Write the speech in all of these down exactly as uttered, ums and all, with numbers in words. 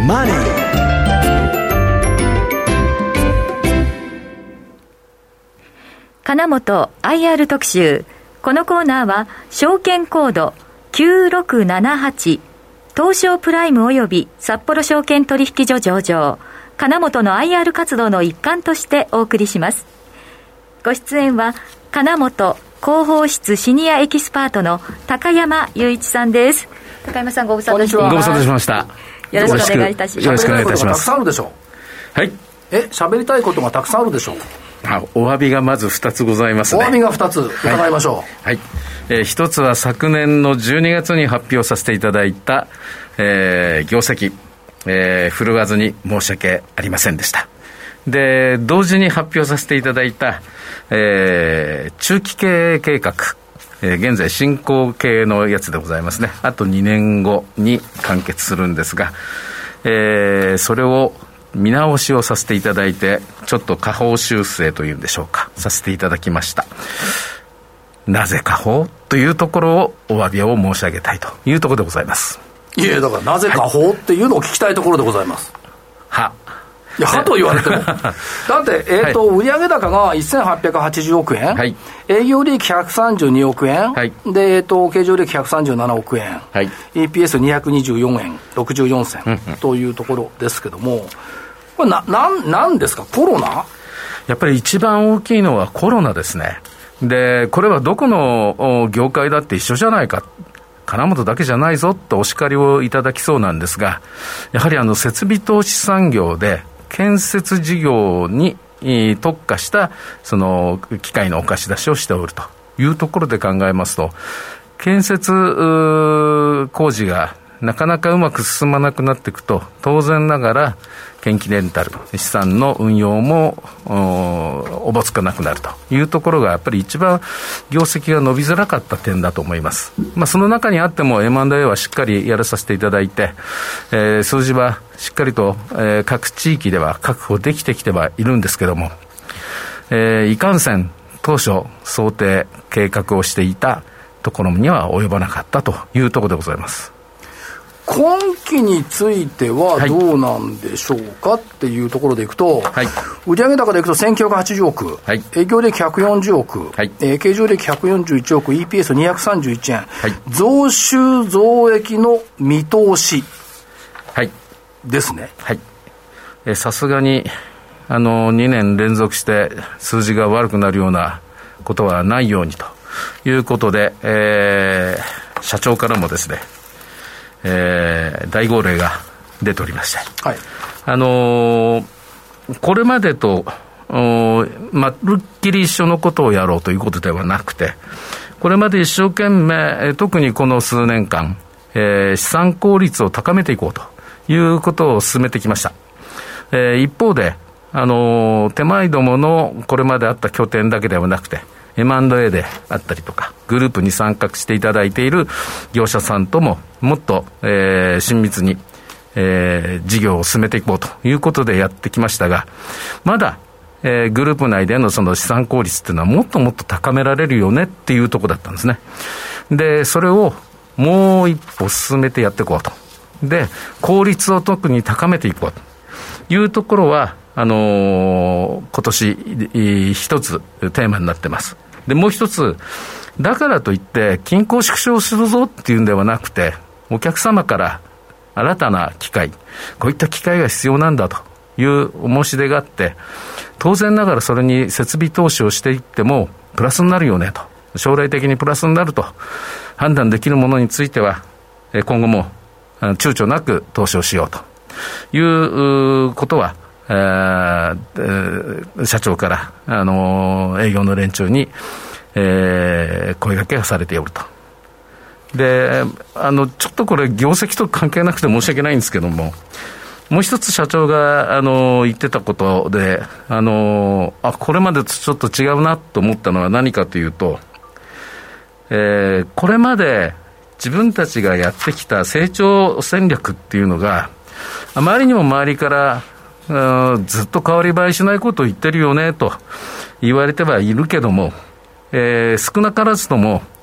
マネー。 金本 アイアール 特集。このコーナーは証券コードきゅうろくななはち東証プライム及び札幌証券取引所上場金本の アイアール 活動の一環としてお送りします。ご出演は金本広報室シニアエキスパートの高山雄一さんです。高山さん、ご無沙汰しています。 ご無沙汰しました。 よろしくお願いいたします。 よろしくお願いいたします。 たくさんあるでしょう。 はい。 え、喋りたいことがたくさんあるでしょう。 あ、お詫びがまずふたつございますね。 お詫びがふたつ伺いましょう。 はい。はい、えー、ひとつは昨年のじゅうにがつに発表させていただいた、えー、業績、えー、振るわずに申し訳ありませんでした。で、同時に発表させていただいた、えー、中期経営計画、えー、現在進行形のやつでございますね。あとにねんごに完結するんですが、えー、それを見直しをさせていただいて、ちょっと下方修正というんでしょうか、させていただきました。なぜ下方というところをお詫びを申し上げたいというところでございます。 いや、だからなぜ下方っていうのを聞きたいところでございます。 は。 いや、はと言われても。だって、えーと、はい、売上高がせんはっぴゃくはちじゅうおくえん、はい、営業利益ひゃくさんじゅうにおくえん、はい、で、えーと、経常利益ひゃくさんじゅうななおくえん、はい、イーピーエスにひゃくにじゅうよんえんろくじゅうよんせん、うんうん、というところですけども、これな、なん、なんですか、コロナ？ やっぱり一番大きいのはコロナですね。で、これはどこの業界だって一緒じゃないか。金本だけじゃないぞとお叱りをいただきそうなんですが、やはりあの設備投資産業で建設事業に特化したその機械のお貸し出しをしておるというところで考えますと、建設工事がなかなかうまく進まなくなっていくと、当然ながら建機レンタル資産の運用も お, おぼつかなくなるというところがやっぱり一番業績が伸びづらかった点だと思います。まあ、その中にあっても エムアンドエー はしっかりやらさせていただいて、えー、数字はしっかりと、えー、各地域では確保できてきてはいるんですけども、えー、いかんせん当初想定計画をしていたところには及ばなかったというところでございます。 今期についてはどうなんでしょうか、はい、っていうところでいくと、はい、売上高でいくとせんきゅうひゃくはちじゅうおく、はい、営業利益ひゃくよんじゅうおく、はい、えー、経常利益ひゃくよんじゅういちおく、イーピーエスにひゃくさんじゅういちえん、はい、増収増益の見通しですね。 はい、えー、さすがにあのにねん連続して数字が悪くなるようなことはないようにということで、えー、社長からもですね、えー、大号令が出ておりまして、はい、あのー、これまでとまるっきり一緒のことをやろうということではなくて、これまで一生懸命特にこの数年間、えー、資産効率を高めていこうということを進めてきました。えー、一方で、あのー、手前どものこれまであった拠点だけではなくてエムアンドエー であったりとかグループに参画していただいている業者さんとももっと、えー、親密に、えー、事業を進めていこうということでやってきましたが、まだ、えー、グループ内でのその資産効率っていうのはもっともっと高められるよねっていうところだったんですね。で、それをもう一歩進めてやっていこうと。で、効率を特に高めていこうというところはあのー、今年一つテーマになってます。で、もう一つ、だからといって均衡縮小するぞっていうんではなくて、お客様から新たな機会、こういった機会が必要なんだというお申し出があって、当然ながらそれに設備投資をしていってもプラスになるよねと、将来的にプラスになると判断できるものについては今後も躊躇なく投資をしようということは、えー、社長から、あのー、営業の連中に、えー、声掛けがされておると。で、あのちょっとこれ業績と関係なくて申し訳ないんですけども、もう一つ社長が、あのー、言ってたことで、あのー、あ、これまでとちょっと違うなと思ったのは何かというと、えー、これまで自分たちがやってきた成長戦略っていうのがあまりにも周りからずっと変わり映えしないことを言ってるよねと言われてはいるけども、えー、少なからずとも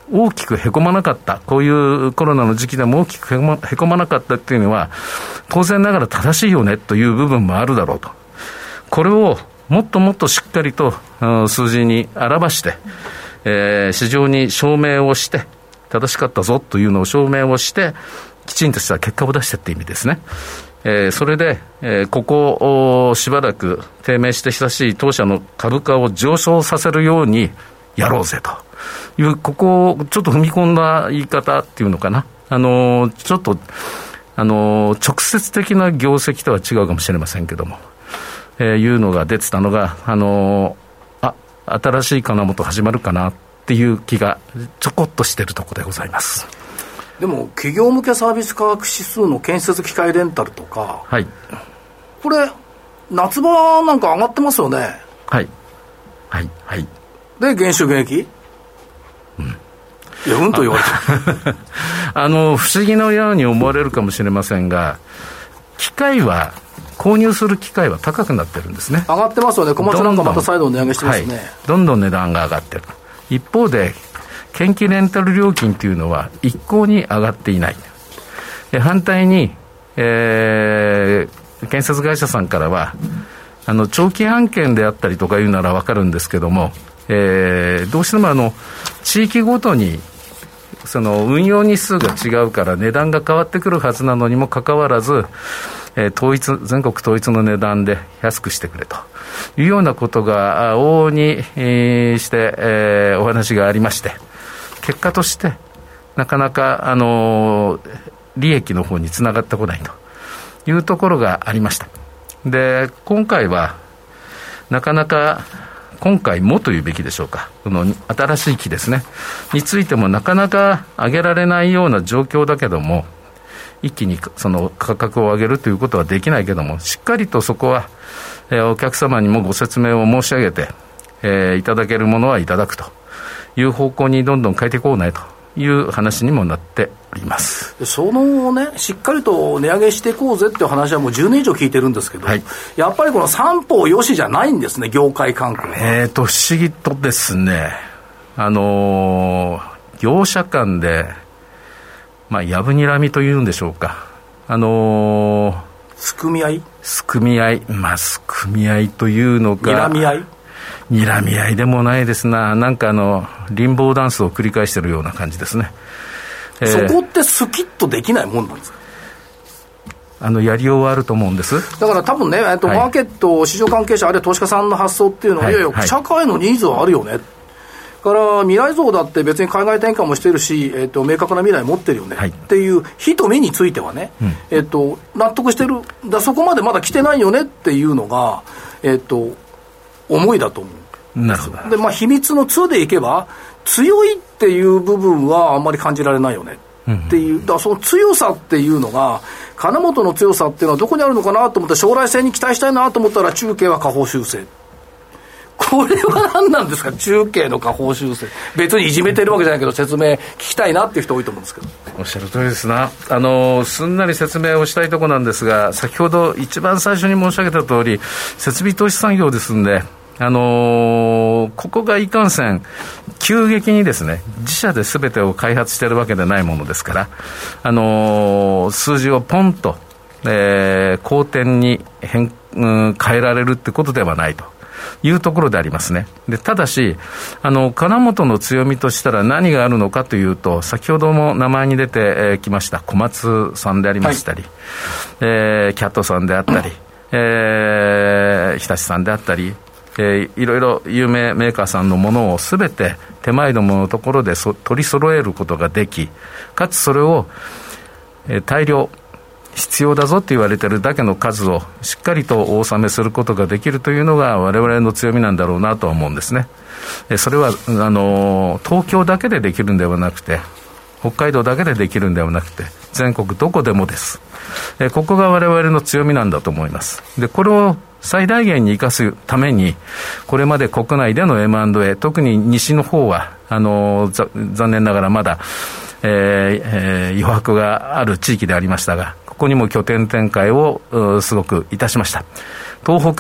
大きくへこまなかった、こういうコロナの時期でも大きくへこま、へこまなかったっていうのは当然ながら正しいよねという部分もあるだろうと。これをもっともっとしっかりと数字に表して、えー、市場に証明をして正しかったぞというのを証明をしてきちんとした結果を出してって意味ですね。えー、それで、えー、ここをしばらく低迷して久しい当社の株価を上昇させるようにやろうぜという、ここをちょっと踏み込んだ言い方っていうのかな、あのー、ちょっと、あのー、直接的な業績とは違うかもしれませんけども、えー、いうのが出てたのが、あのー、あ、新しい金本始まるかなっていう気がちょこっとしてるところでございます。 でも企業向けサービス価格指数の建設機械レンタルとか、 はい、 これ夏場なんか上がってますよね。 はいはいはい。 で減収減益、うん、いやうんと言われてあ, あの不思議なように思われるかもしれませんが、機械は購入する機会は高くなってるんですね。 上がってますよね。小松なんかまた再度値上げしてますね。はい、 どんどん値段が上がってる。一方で建機レンタル料金というのは一向に上がっていない。で反対に、えー、建設会社さんからはあの長期案件であったりとかいうなら分かるんですけども、えー、どうしてもあの地域ごとにその運用日数が違うから値段が変わってくるはずなのにもかかわらず、えー、統一全国統一の値段で安くしてくれというようなことが往々に、えー、して、えー、お話がありまして、結果としてなかなか、あのー、利益の方につながってこないというところがありました。で今回はなかなか今回もというべきでしょうか、この新しい機ですねについてもなかなか上げられないような状況だけども、一気にその価格を上げるということはできないけども、しっかりとそこは、えー、お客様にもご説明を申し上げて、えー、いただけるものはいただくという方向にどんどん変えていこうねという話にもなっております。 そのね、しっかりと値上げしていこうぜっていう話はもうじゅうねん以上聞いてるんですけど、はい、やっぱりこの三方よしじゃないんですね、業界関係は。 えーと不思議とですね、あのー、業者間でまあやぶにらみというんでしょうか、あのー、 すくみ合いすくみ合い、まあすくみ合いというのか、 にらみ合いにらみ合いでもないですな、なんかあのリンボーダンスを繰り返しているような感じですね。 えー、そこってスキッとできないもんなんですか。 あのやりようはあると思うんです。 だから多分ね、えっとはい、マーケット市場関係者あるいは投資家さんの発想っていうのは、はい、いやいや、はい、社会のニーズはあるよね、から未来像だって別に海外転換もしてるし、えっと、明確な未来持ってるよね、はい、っていう人目についてはね、うん、えっと、納得してるだ、そこまでまだ来てないよねっていうのが、えっと、思いだと思う。 なるほど。 で、まあ、秘密のにでいけば強いっていう部分はあんまり感じられないよねっていう、うん、だからその強さっていうのが、金本の強さっていうのはどこにあるのかなと思って、将来性に期待したいなと思ったら、中継は下方修正。これは何なんですか、中継の下方修正。別にいじめてるわけじゃないけど、説明聞きたいなっていう人多いと思うんですけど。 おっしゃる通りですな。あのすんなり説明をしたいところなんですが、先ほど一番最初に申し上げた通り、設備投資産業ですんで、あのー、ここがいかんせん急激にですね、自社で全てを開発しているわけではないものですから、あのー、数字をポンと、えー、好転に変、うん、変えられるってことではないというところでありますね。で、ただし、あの、金本の強みとしたら何があるのかというと、先ほども名前に出てき、えー、ました小松さんでありましたり、はい、えー、キャットさんであったり、えー、日立さんであったり、えー、いろいろ有名メーカーさんのものをすべて手前どものところでそ取り揃えることができ、かつそれを、えー、大量必要だぞと言われているだけの数をしっかりとお納めすることができるというのが我々の強みなんだろうなとは思うんですね。えー、それはあのー、東京だけでできるんではなくて、北海道だけでできるんではなくて、全国どこでもです。えー、ここが我々の強みなんだと思います。で、これを最大限に生かすために、これまで国内での エムアンドエー、 特に西の方はあの残念ながらまだ、えーえー、余白がある地域でありましたが、ここにも拠点展開をすごくいたしました。東北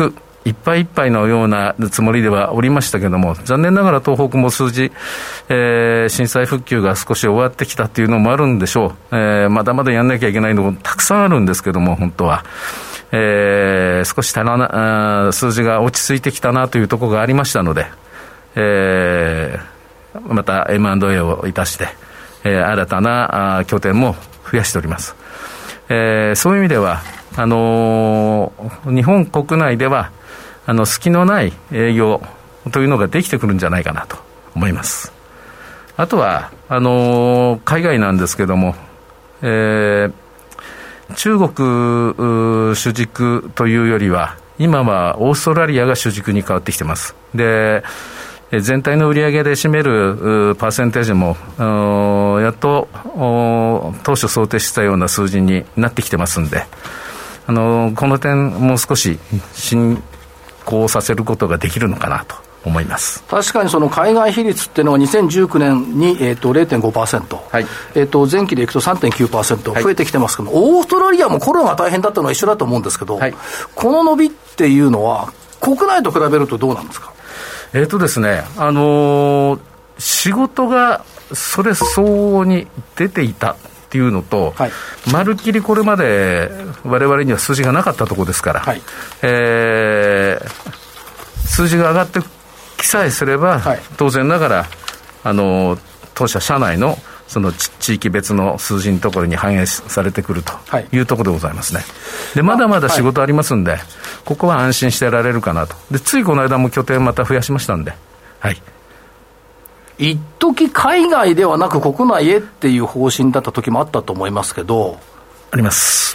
いっぱいいっぱいのようなつもりではおりましたけども、残念ながら東北も数字、えー、震災復旧が少し終わってきたというのもあるんでしょう。えー、まだまだやんなきゃいけないのもたくさんあるんですけども、本当は、えー、少し足らな数字が落ち着いてきたなというところがありましたので、えー、また エムアンドエー をいたして、えー、新たな拠点も増やしております。えー、そういう意味ではあのー、日本国内ではあの隙のない営業というのができてくるんじゃないかなと思います。あとはあのー、海外なんですけども、えー、中国主軸というよりは今はオーストラリアが主軸に変わってきてます。で、全体の売上で占めるパーセンテージもやっと当初想定したような数字になってきてますんで、あのこの点もう少し進行させることができるのかなと思います。 確かにその海外比率っていうのはにせんじゅうきゅうねんに、えー、と れいてんごパーセント、はい、えー、と前期でいくと さんてんきゅうパーセント 増えてきてますけども、はい、オーストラリアもコロナが大変だったのは一緒だと思うんですけど、はい、この伸びっていうのは国内と比べるとどうなんですか？ えーとですね、あのー、仕事がそれ相応に出ていたっていうのと、はい、まるっきりこれまで我々には数字がなかったところですから、はい、えー、数字が上がってきさえすれば、はい、当然ながらあのー、当社社内のその地域別の数字のところに反映されてくるというところでございますね。でまだまだ仕事ありますんで、はい、ここは安心してられるかなと。でついこの間も拠点また増やしましたんで、はい、 一時海外ではなく国内へっていう方針だった時もあったと思いますけど。 あります。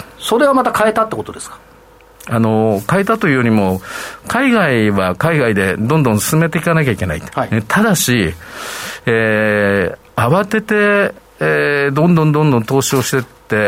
それはまた変えたってことですか？ あの変えたというよりも海外は海外でどんどん進めていかなきゃいけない、はい、ただし、えー、慌てて、えー、どんどんどんどん投資をしていって、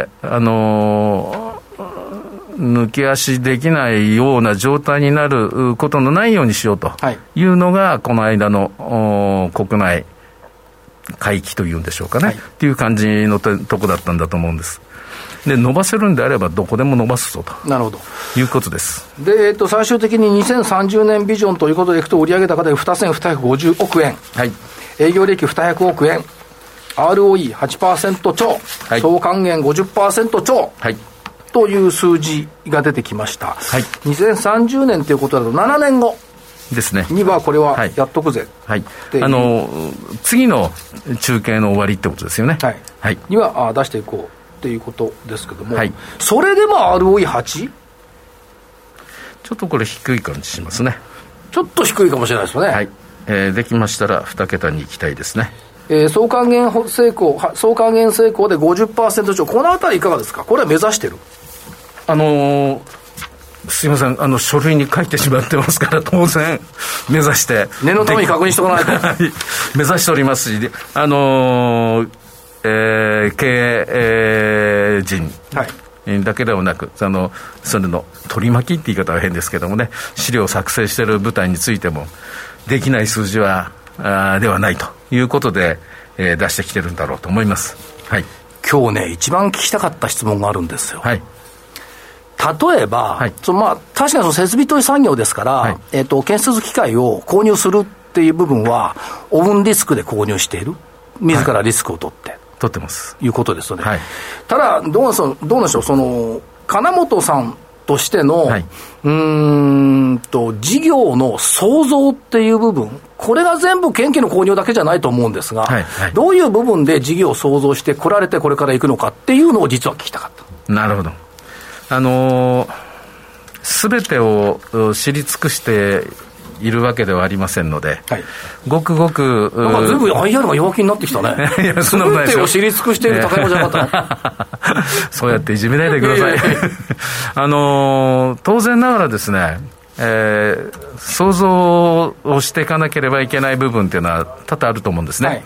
あのー、抜き足できないような状態になることのないようにしようというのが、はい、この間の国内回帰というんでしょうかね、はい、っていう感じのとこだったんだと思うんです。で伸ばせるんであればどこでも伸ばすぞとなるほどいうことです。 で、えっと、最終的ににせんさんじゅうねんビジョンということでいくと売上高でにせんにひゃくごじゅうおくえん、はい、営業利益にひゃくおくえん、 アールオーイーはちパーセント 超、はい、総還元 ごじゅっパーセント 超、はい、という数字が出てきました、はい、にせんさんじゅうねんということだとななねんごですねにはこれはやっとくぜ、 はいはい、あの次の中継の終わりってことですよね、はいはい、には出していこうということですけども、はい、それでも アールオーイーはち？ ちょっとこれ低い感じしますね。 ちょっと低いかもしれないですよね、 はい、えー、できましたらに桁に行きたいですね。 えー、総還元成功総還元成功で ごじゅっパーセント 超、このあたりいかがですか？これは目指してる？ あのーすいません、あの書類に書いてしまってますから当然目指して念のために確認しておかないと目指しておりますし、あのーえー、経営、えー、陣だけではなく、あのそれの取り巻きって言い方は変ですけどもね、資料を作成している部隊についてもできない数字はあではないということで、えー、出してきてるんだろうと思います、はい、 今日ね一番聞きたかった質問があるんですよ、はい、例えば、はい、そのまあ、確かにその設備投資産業ですから、はい、えーと、建設機械を購入するっていう部分はオウンリスクで購入している、自らリスクを取って、はい、 取ってますいうことですよね、はい、ただどうなんでしょう、どうなんでしょう、その金本さんとしての、はい、うーんと事業の創造っていう部分、これが全部建機の購入だけじゃないと思うんですが、はいはい、どういう部分で事業を創造してこられてこれから行くのかっていうのを実は聞きたかった。 なるほど。あのー、全てを知り尽くしているわけではありませんので、はい、ごくごくなんか全部 アイアール が弱気になってきたねいやそんなことないですよ。全てを知り尽くしている高山じゃなかったそうやっていじめないでくださいあのー、当然ながらですね、えー、想像をしていかなければいけない部分っていうのは多々あると思うんですね、はい、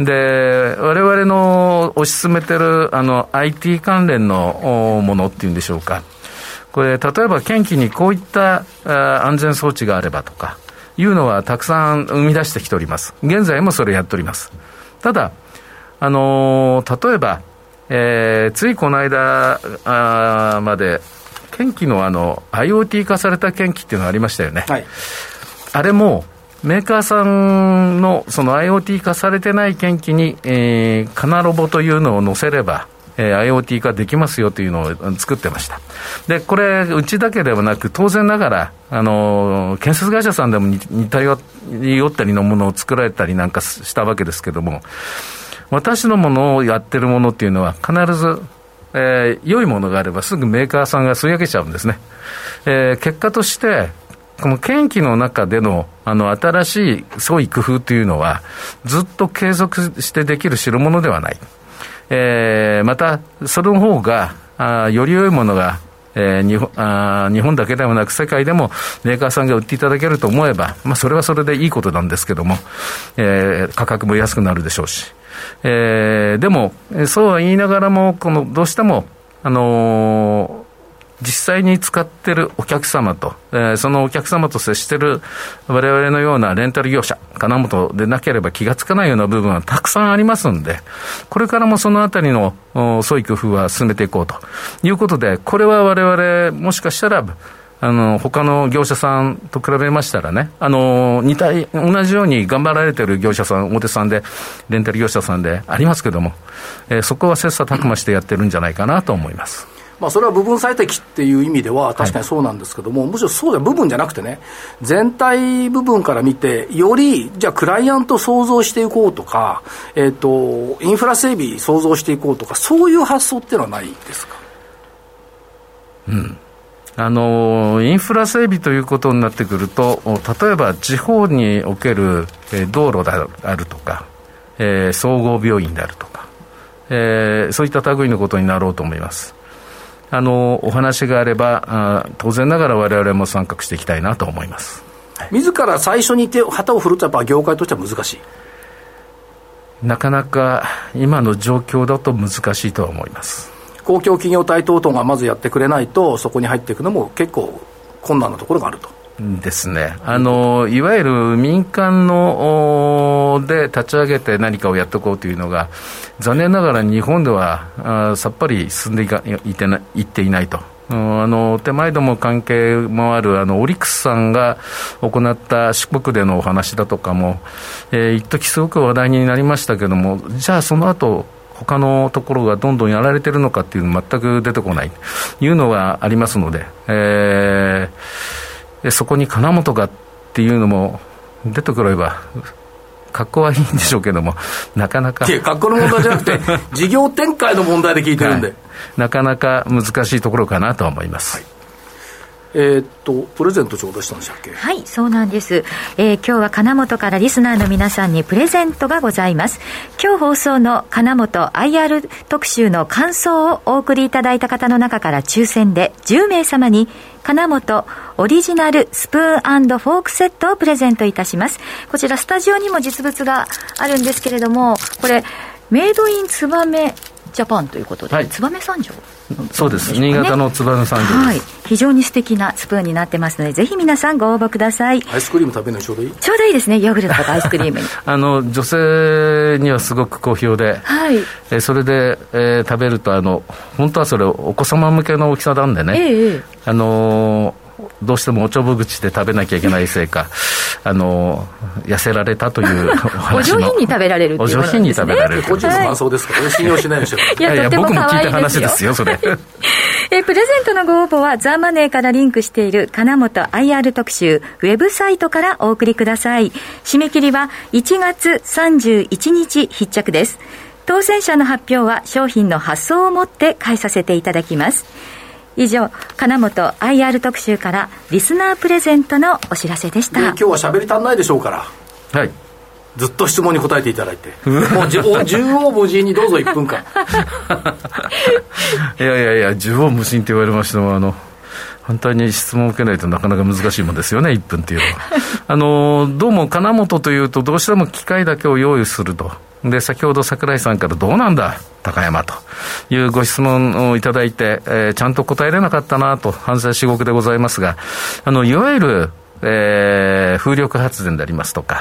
で我々の推し進めてるあの アイティー 関連のものっていうんでしょうか、これ例えば建機にこういった安全装置があればとかいうのはたくさん生み出してきております。現在もそれをやっております。ただ、あのー、例えば、えー、ついこの間まで検機のあの IoT 化された検機っていうのがありましたよね、 はい、 あれもメーカーさんのその IoT 化されてない検機に、えー、カナロボというのを載せれば、えー、IoT 化できますよというのを作ってました。でこれうちだけではなく当然ながらあの建設会社さんでも似たよったりのものを作られたりなんかしたわけですけども、私のものをやってるものっていうのは必ず、えー、良いものがあればすぐメーカーさんが吸い上げちゃうんですね。えー、結果としてこの検機の中でのあの新しい創意工夫というのはずっと継続してできる代物ではない。えー、またその方があより良いものが、えー、日本あ日本だけではなく世界でもメーカーさんが売っていただけると思えば、まあ、それはそれでいいことなんですけども、えー、価格も安くなるでしょうし、えー、でもそうは言いながらもこのどうしてもあのー実際に使っているお客様と、えー、そのお客様と接している我々のようなレンタル業者、金本でなければ気がつかないような部分はたくさんありますんで、これからもそのあたりの創意工夫は進めていこうということで、これは我々もしかしたらあの他の業者さんと比べましたらね、あの似た同じように頑張られている業者さん、大手さんでレンタル業者さんでありますけども、えー、そこは切磋琢磨してやってるんじゃないかなと思います。 まあ、それは部分最適っていう意味では確かにそうなんですけども、はい、むしろそうじゃ部分じゃなくてね、全体部分から見てよりじゃあクライアント創造していこうとか、えーと、インフラ整備創造していこうとか、そういう発想っていうのはないですか？ うん、あのインフラ整備ということになってくると、例えば地方における、えー、道路であるとか、えー、総合病院であるとか、えー、そういった類のことになろうと思います。あのお話があればあ当然ながら我々も参画していきたいなと思います。 自ら最初に手旗を振るとやっぱ業界としては難しい。 なかなか今の状況だと難しいとは思います。 公共企業体等々がまずやってくれないとそこに入っていくのも結構困難なところがあるとですね。あのいわゆる民間ので立ち上げて何かをやっていこうというのが残念ながら日本ではあさっぱり進んでいかいてないっていないと。あの手前ども関係もあるあのオリックスさんが行った四国でのお話だとかも、えー、一時すごく話題になりましたけども、じゃあその後他のところがどんどんやられてるのかっていうの全く出てこないというのがありますので、えー、そこに金本がっていうのも出てくれば格好はいいんでしょうけども、なかなかいや格好の問題じゃなくて事業展開の問題で聞いてるんで、はい、 なかなか難しいところかなと思います。はい、 えー、っとプレゼント頂戴したんでしたっけ？ はい、そうなんです、えー、今日は金本からリスナーの皆さんにプレゼントがございます。今日放送の金本 アイアール 特集の感想をお送りいただいた方の中から抽選でじゅうめい様に金本オリジナルスプーン&フォークセットをプレゼントいたします。こちらスタジオにも実物があるんですけれども、これメイドインツバメジャパンということで、はい、燕三条、 そうです、新潟の燕三条です、 はい、非常に素敵なスプーンになってますのでぜひ皆さんご応募ください。 アイスクリーム食べるのちょうどいいちょうどいいですね、ヨーグルトとかアイスクリームにあの女性にはすごく好評で、 はい、 えそれで、えー、食べるとあの本当はそれお子様向けの大きさなんでね、 ええ、 あのーどうしてもおちょぼ口で食べなきゃいけないせいかあの痩せられたというお話のお上品に食べられるっていうものですね。 お上品に食べられる、 個人の感想ですから、ね、信用しないでしょいや、いやとても可愛いですよ。 僕も聞いた話ですよそれえプレゼントのご応募はザ・マネーからリンクしている金本 アイアール 特集ウェブサイトからお送りください。締め切りはいちがつさんじゅういちにち必着です。当選者の発表は商品の発送をもって返させていただきます。以上、金本 アイアール 特集からリスナープレゼントのお知らせでした。 今日は喋り足んないでしょうから、 はい、 ずっと質問に答えていただいてもう縦横無尽にどうぞいっぷんかんいやいやいや、縦横無尽って言われましてもあの反対に質問を受けないとなかなか難しいもんですよね、いっぷんっていうのはあのどうも金本というとどうしても機械だけを用意すると。で先ほど櫻井さんからどうなんだ高山というご質問をいただいて、えー、ちゃんと答えれなかったなと反省至極でございますが、あのいわゆる、えー、風力発電でありますとか、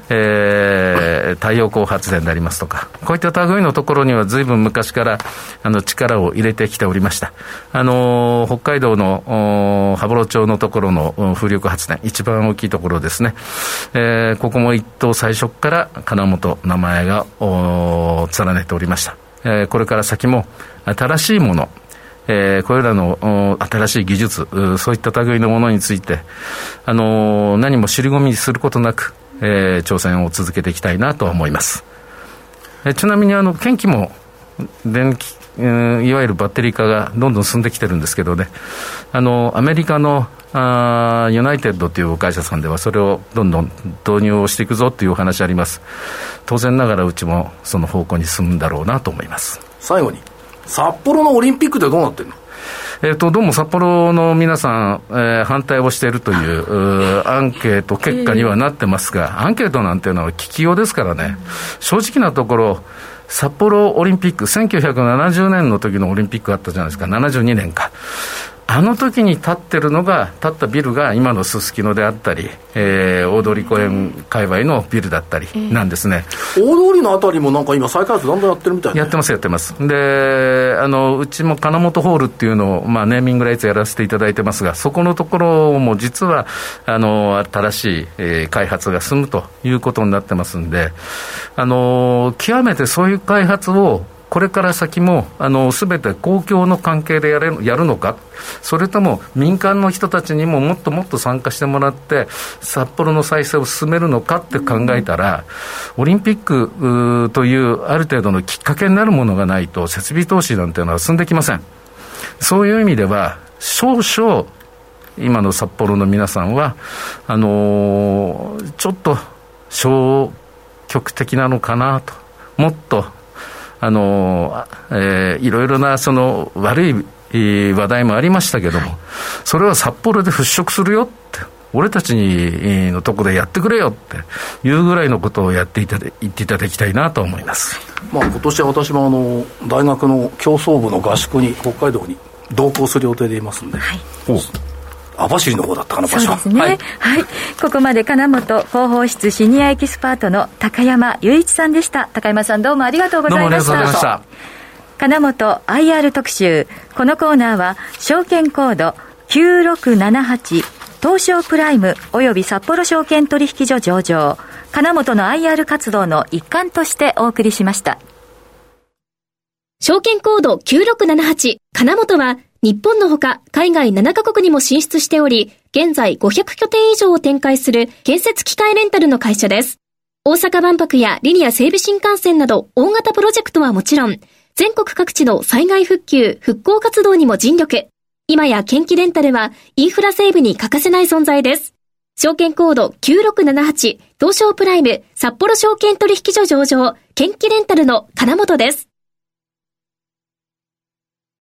えー、太陽光発電でありますとか、こういった類のところには随分昔からあの力を入れてきておりました。あの北海道の羽幌町のところの風力発電、一番大きいところですね、えー、ここも一等最初から金本名前が連ねておりました。えー、これから先も新しいもの、えー、これらの新しい技術、そういった類のものについて、あのー、何も尻込みすることなく、えー、挑戦を続けていきたいなと思います。えー、ちなみにあの電気も電気、えー、いわゆるバッテリー化がどんどん進んできてるんですけどね、あのアメリカのあユナイテッドという会社さんではそれをどんどん導入をしていくぞというお話あります。当然ながらうちもその方向に進むんだろうなと思います。 最後に札幌のオリンピックでどうなってるの？ えー、とどうも札幌の皆さん、えー、反対をしているというアンケート結果にはなってますが、アンケートなんていうのは聞きようですからね、正直なところ札幌オリンピックせんきゅうひゃくななじゅうねんの時のオリンピックあったじゃないですか。ななじゅうにねんか、あの時に建ってるのが建ったビルが今のすすきのであったり、えー、大通公園界隈のビルだったりなんですね。 えー、大通のあたりもなんか今再開発だんだんやってるみたいな、ね、 やってますやってます。で、あのうちも金本ホールっていうのを、まあ、ネーミングライツやらせていただいてますが、そこのところも実はあの新しい、えー、開発が進むということになってますんで、あの極めてそういう開発をこれから先もあの全て公共の関係でやれやるのか、それとも民間の人たちにももっともっと参加してもらって札幌の再生を進めるのかって考えたら、オリンピックというある程度のきっかけになるものがないと設備投資なんていうのは進んできません。そういう意味では少々今の札幌の皆さんはあのー、ちょっと消極的なのかなと、もっとあの、えー、いろいろなその悪い、えー、話題もありましたけども、はい、それは札幌で払拭するよって、俺たちにのとこでやってくれよっていうぐらいのことをやっていただ言っていただきたいなと思います。 まあ、今年は私もあの大学の競争部の合宿に北海道に同行する予定でいますので、はい、網走の方だったかな、場所は。 そうですね、はいはい、ここまで金本広報室シニアエキスパートの高山雄一さんでした。高山さん、どうもありがとうございました。 どうもありがとうございました。 金本 アイアール 特集、このコーナーは証券コードきゅうろくななはち東証プライムおよび札幌証券取引所上場、金本の アイアール 活動の一環としてお送りしました。 証券コードきゅうろくななはち金本は日本のほか海外ななカ国にも進出しており、現在ごひゃくきょてん以上を展開する建設機械レンタルの会社です。大阪万博やリニア整備新幹線など大型プロジェクトはもちろん、全国各地の災害復旧・復興活動にも尽力。今や建機レンタルはインフラ整備に欠かせない存在です。証券コードきゅうろくななはち東証プライム札幌証券取引所上場建機レンタルの金本です。